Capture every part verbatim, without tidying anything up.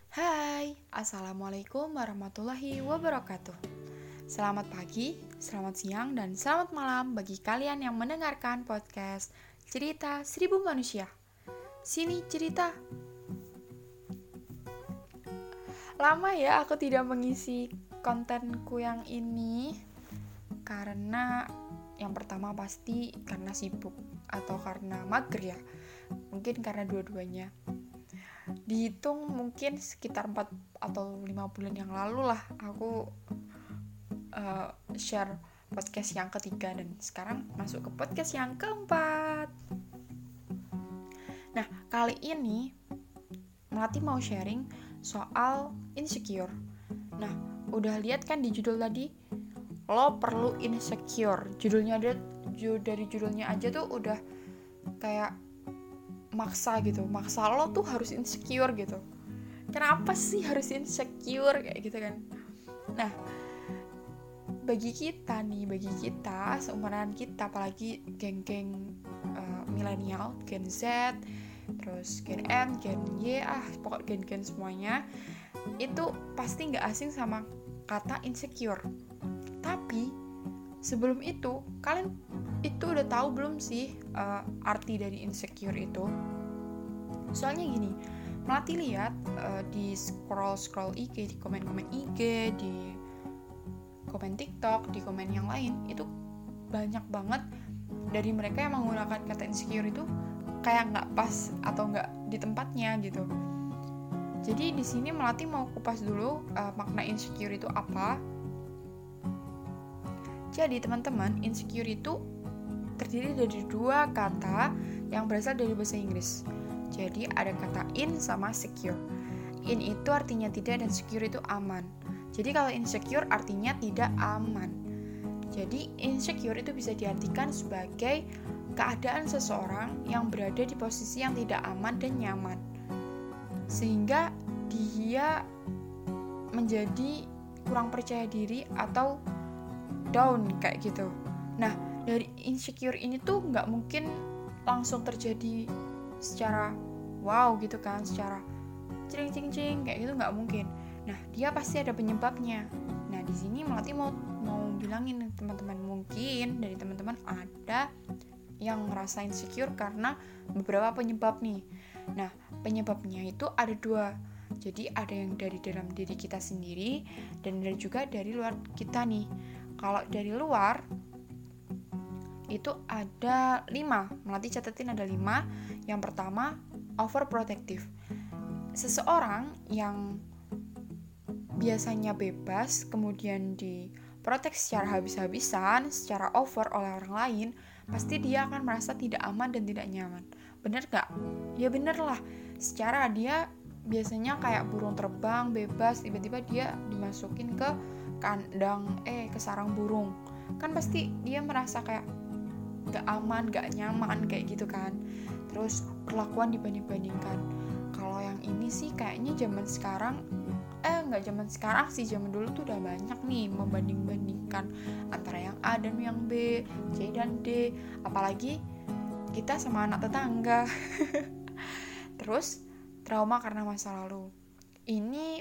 Hai, Assalamualaikum warahmatullahi wabarakatuh. Selamat pagi, selamat siang, dan selamat malam bagi kalian yang mendengarkan podcast Cerita Seribu Manusia. Sini cerita. Lama ya aku tidak mengisi kontenku yang ini karena yang pertama pasti karena sibuk atau karena mager ya. Mungkin karena dua-duanya. Dihitung mungkin sekitar empat atau lima bulan yang lalu lah aku uh, share podcast yang ketiga dan sekarang masuk ke podcast yang keempat. Nah, kali ini Melati mau sharing soal insecure. Nah, udah lihat kan di judul tadi? Lo perlu insecure. Judulnya ada dari judulnya aja tuh udah kayak maksa gitu, maksa lo tuh harus insecure gitu. Kenapa sih harus insecure kayak gitu kan? Nah, bagi kita nih, bagi kita seumuran kita, apalagi geng-geng uh, milenial, Gen Z, terus Gen M, Gen Y, ah pokok gen-gen semuanya itu pasti nggak asing sama kata insecure. Tapi sebelum itu, kalian itu udah tahu belum sih uh, arti dari insecure itu? Soalnya gini, Melati lihat uh, di scroll-scroll I G, di komen-komen I G, di komen TikTok, di komen yang lain, itu banyak banget dari mereka yang menggunakan kata insecure itu kayak nggak pas atau nggak di tempatnya gitu. Jadi di sini Melati mau kupas dulu uh, makna insecure itu apa. Jadi teman-teman, insecure itu terdiri dari dua kata yang berasal dari bahasa Inggris. Jadi ada kata in sama secure. In itu artinya tidak dan secure itu aman. Jadi kalau insecure artinya tidak aman. Jadi insecure itu bisa diartikan sebagai keadaan seseorang yang berada di posisi yang tidak aman dan nyaman, sehingga dia menjadi kurang percaya diri atau down kayak gitu. Nah, dari insecure ini tuh nggak mungkin langsung terjadi secara wow gitu kan, secara cing cing cing kayak gitu nggak mungkin. Nah, dia pasti ada penyebabnya. Nah, di sini Melati mau mau bilangin teman-teman, mungkin dari teman-teman ada yang ngerasa insecure karena beberapa penyebab nih. Nah, penyebabnya itu ada dua. Jadi ada yang dari dalam diri kita sendiri dan ada juga dari luar kita nih. Kalau dari luar itu ada lima. Melati catatin ada lima. Yang pertama, overprotective. Seseorang yang biasanya bebas kemudian diprotek secara habis-habisan, secara over oleh orang lain, pasti dia akan merasa tidak aman dan tidak nyaman. Bener gak? Ya bener lah. Secara dia biasanya kayak burung terbang bebas, tiba-tiba dia dimasukin ke kandang, eh ke sarang burung. Kan pasti dia merasa kayak gak aman, gak nyaman kayak gitu kan. Terus perlakuan dibanding-bandingkan. Kalau yang ini sih kayaknya zaman sekarang eh nggak zaman sekarang sih, zaman dulu tuh udah banyak nih membanding-bandingkan antara yang A dan yang B, C dan D, apalagi kita sama anak tetangga. Terus trauma karena masa lalu. Ini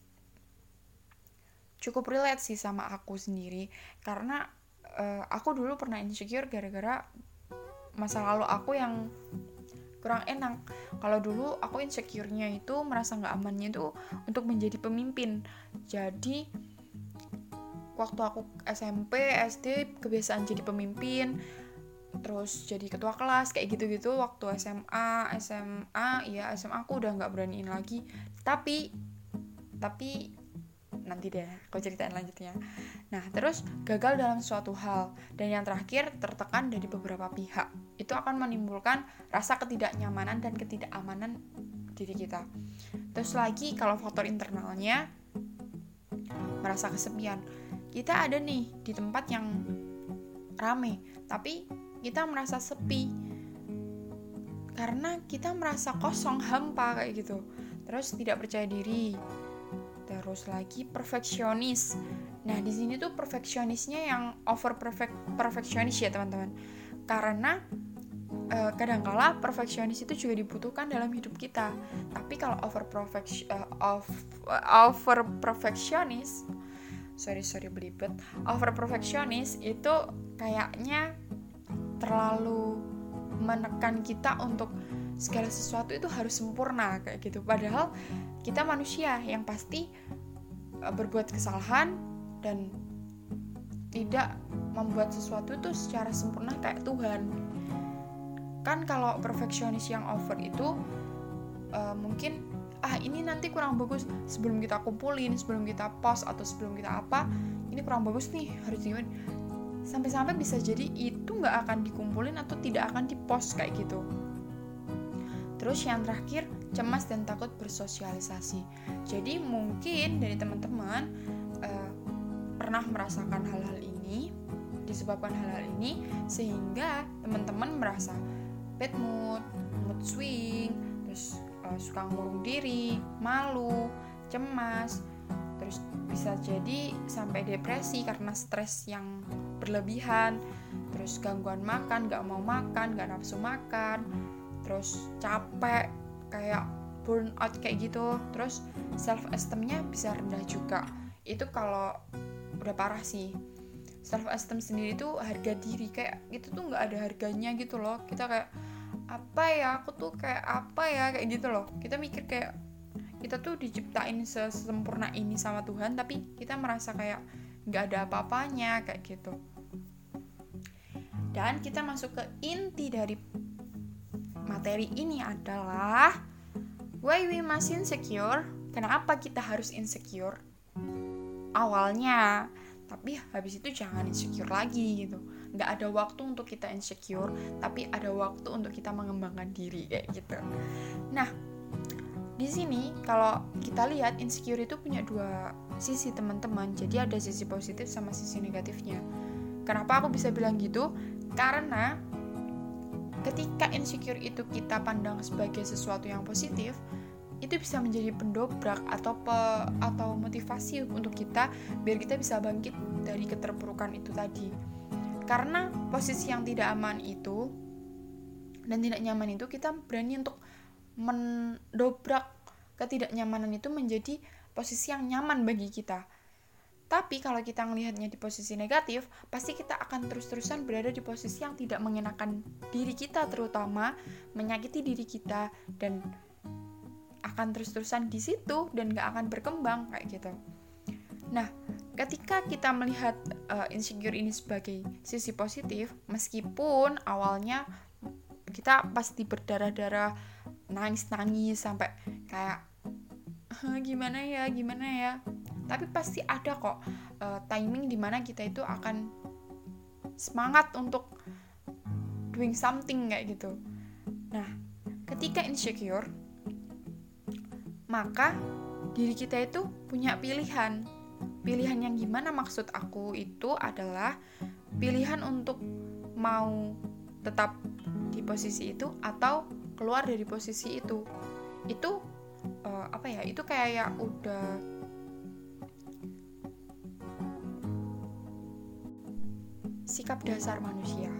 cukup relate sih sama aku sendiri karena uh, aku dulu pernah insecure gara-gara masa lalu aku yang kurang enak. Kalau dulu aku insecure-nya itu merasa nggak amannya itu untuk menjadi pemimpin. Jadi waktu aku S M P, S D kebiasaan jadi pemimpin, terus jadi ketua kelas kayak gitu-gitu. Waktu S M A, S M A, ya S M A aku udah nggak beraniin lagi. Tapi, tapi nanti deh aku ceritain lanjutnya. Nah, terus gagal dalam suatu hal, dan yang terakhir tertekan dari beberapa pihak. Itu akan menimbulkan rasa ketidaknyamanan dan ketidakamanan diri kita. Terus lagi kalau faktor internalnya, merasa kesepian. Kita ada nih di tempat yang rame, tapi kita merasa sepi karena kita merasa kosong, hampa kayak gitu. Terus tidak percaya diri. Terus lagi perfeksionis. Nah, di sini tuh perfeksionisnya yang over perfect perfeksionis ya, teman-teman. Karena uh, kadangkala perfeksionis itu juga dibutuhkan dalam hidup kita. Tapi kalau over perfection uh, of, uh, over perfeksionis sorry sorry belibet over perfeksionis itu kayaknya terlalu menekan kita untuk segala sesuatu itu harus sempurna kayak gitu. Padahal kita manusia yang pasti uh, berbuat kesalahan dan tidak membuat sesuatu itu secara sempurna kayak Tuhan. Kan kalau perfeksionis yang over itu uh, mungkin ah ini nanti kurang bagus sebelum kita kumpulin, sebelum kita post atau sebelum kita apa, ini kurang bagus nih, harus gimana, sampai-sampai bisa jadi itu nggak akan dikumpulin atau tidak akan dipost kayak gitu. Terus yang terakhir, cemas dan takut bersosialisasi. Jadi mungkin dari teman-teman uh, pernah merasakan hal-hal ini, disebabkan hal-hal ini sehingga teman-teman merasa bad mood, mood swing, terus uh, suka ngurung diri, malu, cemas, terus bisa jadi sampai depresi karena stres yang berlebihan, terus gangguan makan, gak mau makan, gak nafsu makan, terus capek, kayak burn out kayak gitu, terus self esteemnya bisa rendah juga. Itu kalau udah parah sih. Self esteem sendiri tuh harga diri, kayak itu tuh nggak ada harganya gitu loh. Kita kayak apa ya, aku tuh kayak apa ya, kayak gitu loh. Kita mikir kayak kita tuh diciptain sesempurna ini sama Tuhan, tapi kita merasa kayak nggak ada apa-apanya kayak gitu. Dan kita masuk ke inti dari materi ini adalah why we must insecure. Kenapa kita harus insecure awalnya, tapi habis itu jangan insecure lagi gitu. Nggak ada waktu untuk kita insecure, tapi ada waktu untuk kita mengembangkan diri kayak gitu. Nah, di sini kalau kita lihat insecure itu punya dua sisi teman-teman. Jadi ada sisi positif sama sisi negatifnya. Kenapa aku bisa bilang gitu? Karena ketika insecure itu kita pandang sebagai sesuatu yang positif, itu bisa menjadi pendobrak atau pe, atau motivasi untuk kita biar kita bisa bangkit dari keterpurukan itu tadi. Karena posisi yang tidak aman itu dan tidak nyaman itu, kita berani untuk mendobrak ketidaknyamanan itu menjadi posisi yang nyaman bagi kita. Tapi kalau kita melihatnya di posisi negatif, pasti kita akan terus-terusan berada di posisi yang tidak mengenakan diri kita, terutama menyakiti diri kita, dan akan terus-terusan di situ dan gak akan berkembang kayak gitu. Nah, ketika kita melihat uh, insecure ini sebagai sisi positif, meskipun awalnya kita pasti berdarah-darah, nangis-nangis sampai kayak gimana ya, gimana ya. Tapi pasti ada kok uh, timing dimana kita itu akan semangat untuk doing something kayak gitu. Nah, ketika insecure, maka diri kita itu punya pilihan. Pilihan yang gimana maksud aku itu adalah pilihan untuk mau tetap di posisi itu atau keluar dari posisi itu. Itu uh, apa ya? Itu kayak udah sikap dasar manusia.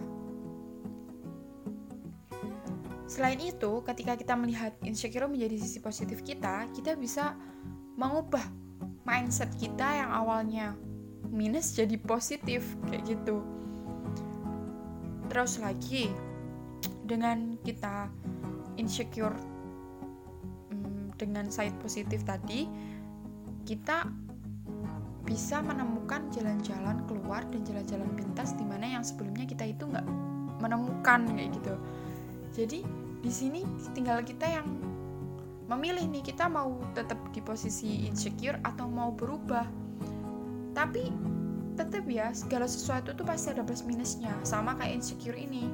Selain itu, ketika kita melihat insecure menjadi sisi positif kita, kita bisa mengubah mindset kita yang awalnya minus jadi positif kayak gitu. Terus lagi, dengan kita insecure hmm, dengan side positif tadi, kita bisa menemukan jalan-jalan keluar dan jalan-jalan pintas di mana yang sebelumnya kita itu nggak menemukan kayak gitu. Jadi di sini tinggal kita yang memilih nih, kita mau tetap di posisi insecure atau mau berubah. Tapi tetap ya, segala sesuatu tuh pasti ada plus minusnya, sama kayak insecure ini.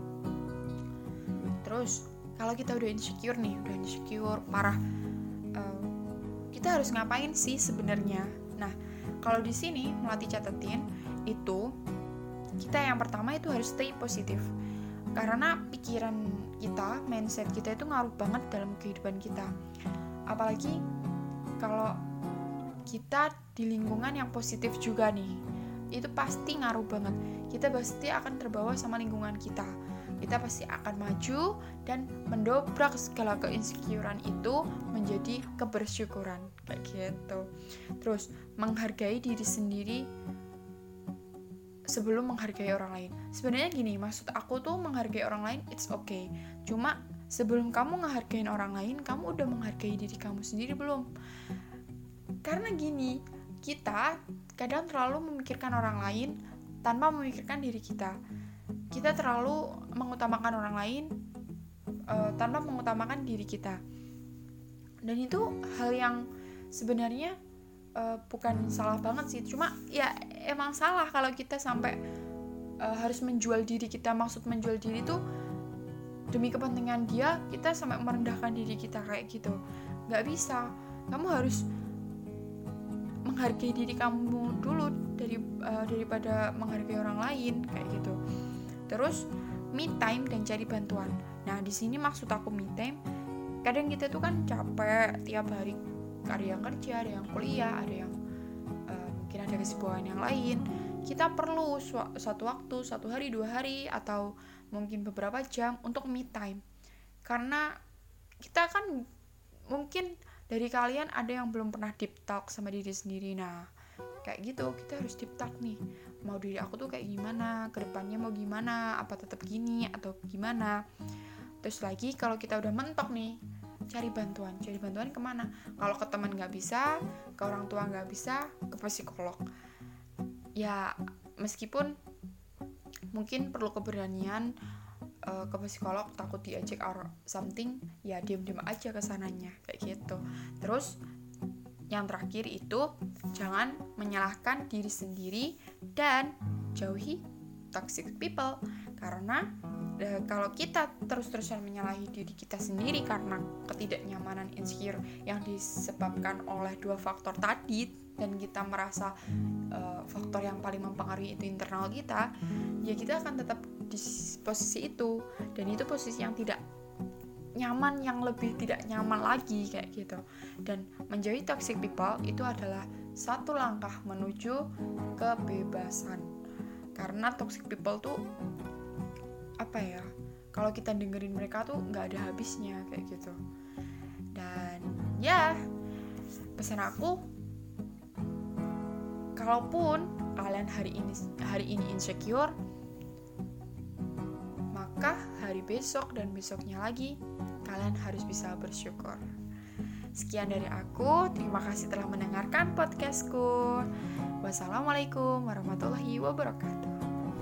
Terus kalau kita udah insecure nih, udah insecure parah, uh, kita harus ngapain sih sebenarnya? Nah, kalau di sini Melati catetin itu, kita yang pertama itu harus stay positif. Karena pikiran kita, mindset kita itu ngaruh banget dalam kehidupan kita. Apalagi kalau kita di lingkungan yang positif juga nih, itu pasti ngaruh banget. Kita pasti akan terbawa sama lingkungan kita. kita pasti akan maju dan mendobrak segala keinsecurean itu menjadi kebersyukuran kayak gitu. Terus menghargai diri sendiri sebelum menghargai orang lain. Sebenarnya gini, maksud aku tuh menghargai orang lain it's okay. Cuma sebelum kamu ngehargain orang lain, kamu udah menghargai diri kamu sendiri belum? Karena gini, kita kadang terlalu memikirkan orang lain tanpa memikirkan diri kita. Kita terlalu mengutamakan orang lain uh, tanpa mengutamakan diri kita. Dan itu hal yang sebenarnya uh, bukan salah banget sih. Cuma ya emang salah kalau kita sampai uh, harus menjual diri kita. Maksud menjual diri itu demi kepentingan dia, kita sampai merendahkan diri kita kayak gitu. Gak bisa. Kamu harus menghargai diri kamu dulu dari uh, daripada menghargai orang lain kayak gitu. Terus me time dan cari bantuan. Nah, di sini maksud aku me time, kadang kita tuh kan capek tiap hari, ada yang kerja, ada yang kuliah, ada yang uh, mungkin ada kesibukan yang lain. Kita perlu su- satu waktu, satu hari, dua hari, atau mungkin beberapa jam untuk me time. Karena kita kan mungkin dari kalian ada yang belum pernah deep talk sama diri sendiri. Nah, kayak gitu, kita harus deep talk nih. Mau diri aku tuh kayak gimana, kedepannya mau gimana, apa tetap gini atau gimana. Terus lagi kalau kita udah mentok nih, cari bantuan. Cari bantuan kemana? Kalau ke teman nggak bisa, ke orang tua nggak bisa, ke psikolog. Ya meskipun mungkin perlu keberanian uh, ke psikolog, takut diajak or something, ya diam-diam aja ke sananya kayak gitu. Terus yang terakhir itu jangan menyalahkan diri sendiri dan jauhi toxic people. Karena e, kalau kita terus-terusan menyalahi diri kita sendiri karena ketidaknyamanan insecure yang disebabkan oleh dua faktor tadi, dan kita merasa e, faktor yang paling mempengaruhi itu internal kita, ya kita akan tetap di posisi itu, dan itu posisi yang tidak nyaman, yang lebih tidak nyaman lagi kayak gitu. Dan menjauhi toxic people itu adalah satu langkah menuju kebebasan. Karena toxic people tuh apa ya, kalau kita dengerin mereka tuh nggak ada habisnya kayak gitu. Dan ya pesan aku, kalaupun kalian hari ini hari ini insecure, maka hari besok dan besoknya lagi kalian harus bisa bersyukur. Sekian dari aku, terima kasih telah mendengarkan podcastku. Wassalamualaikum warahmatullahi wabarakatuh.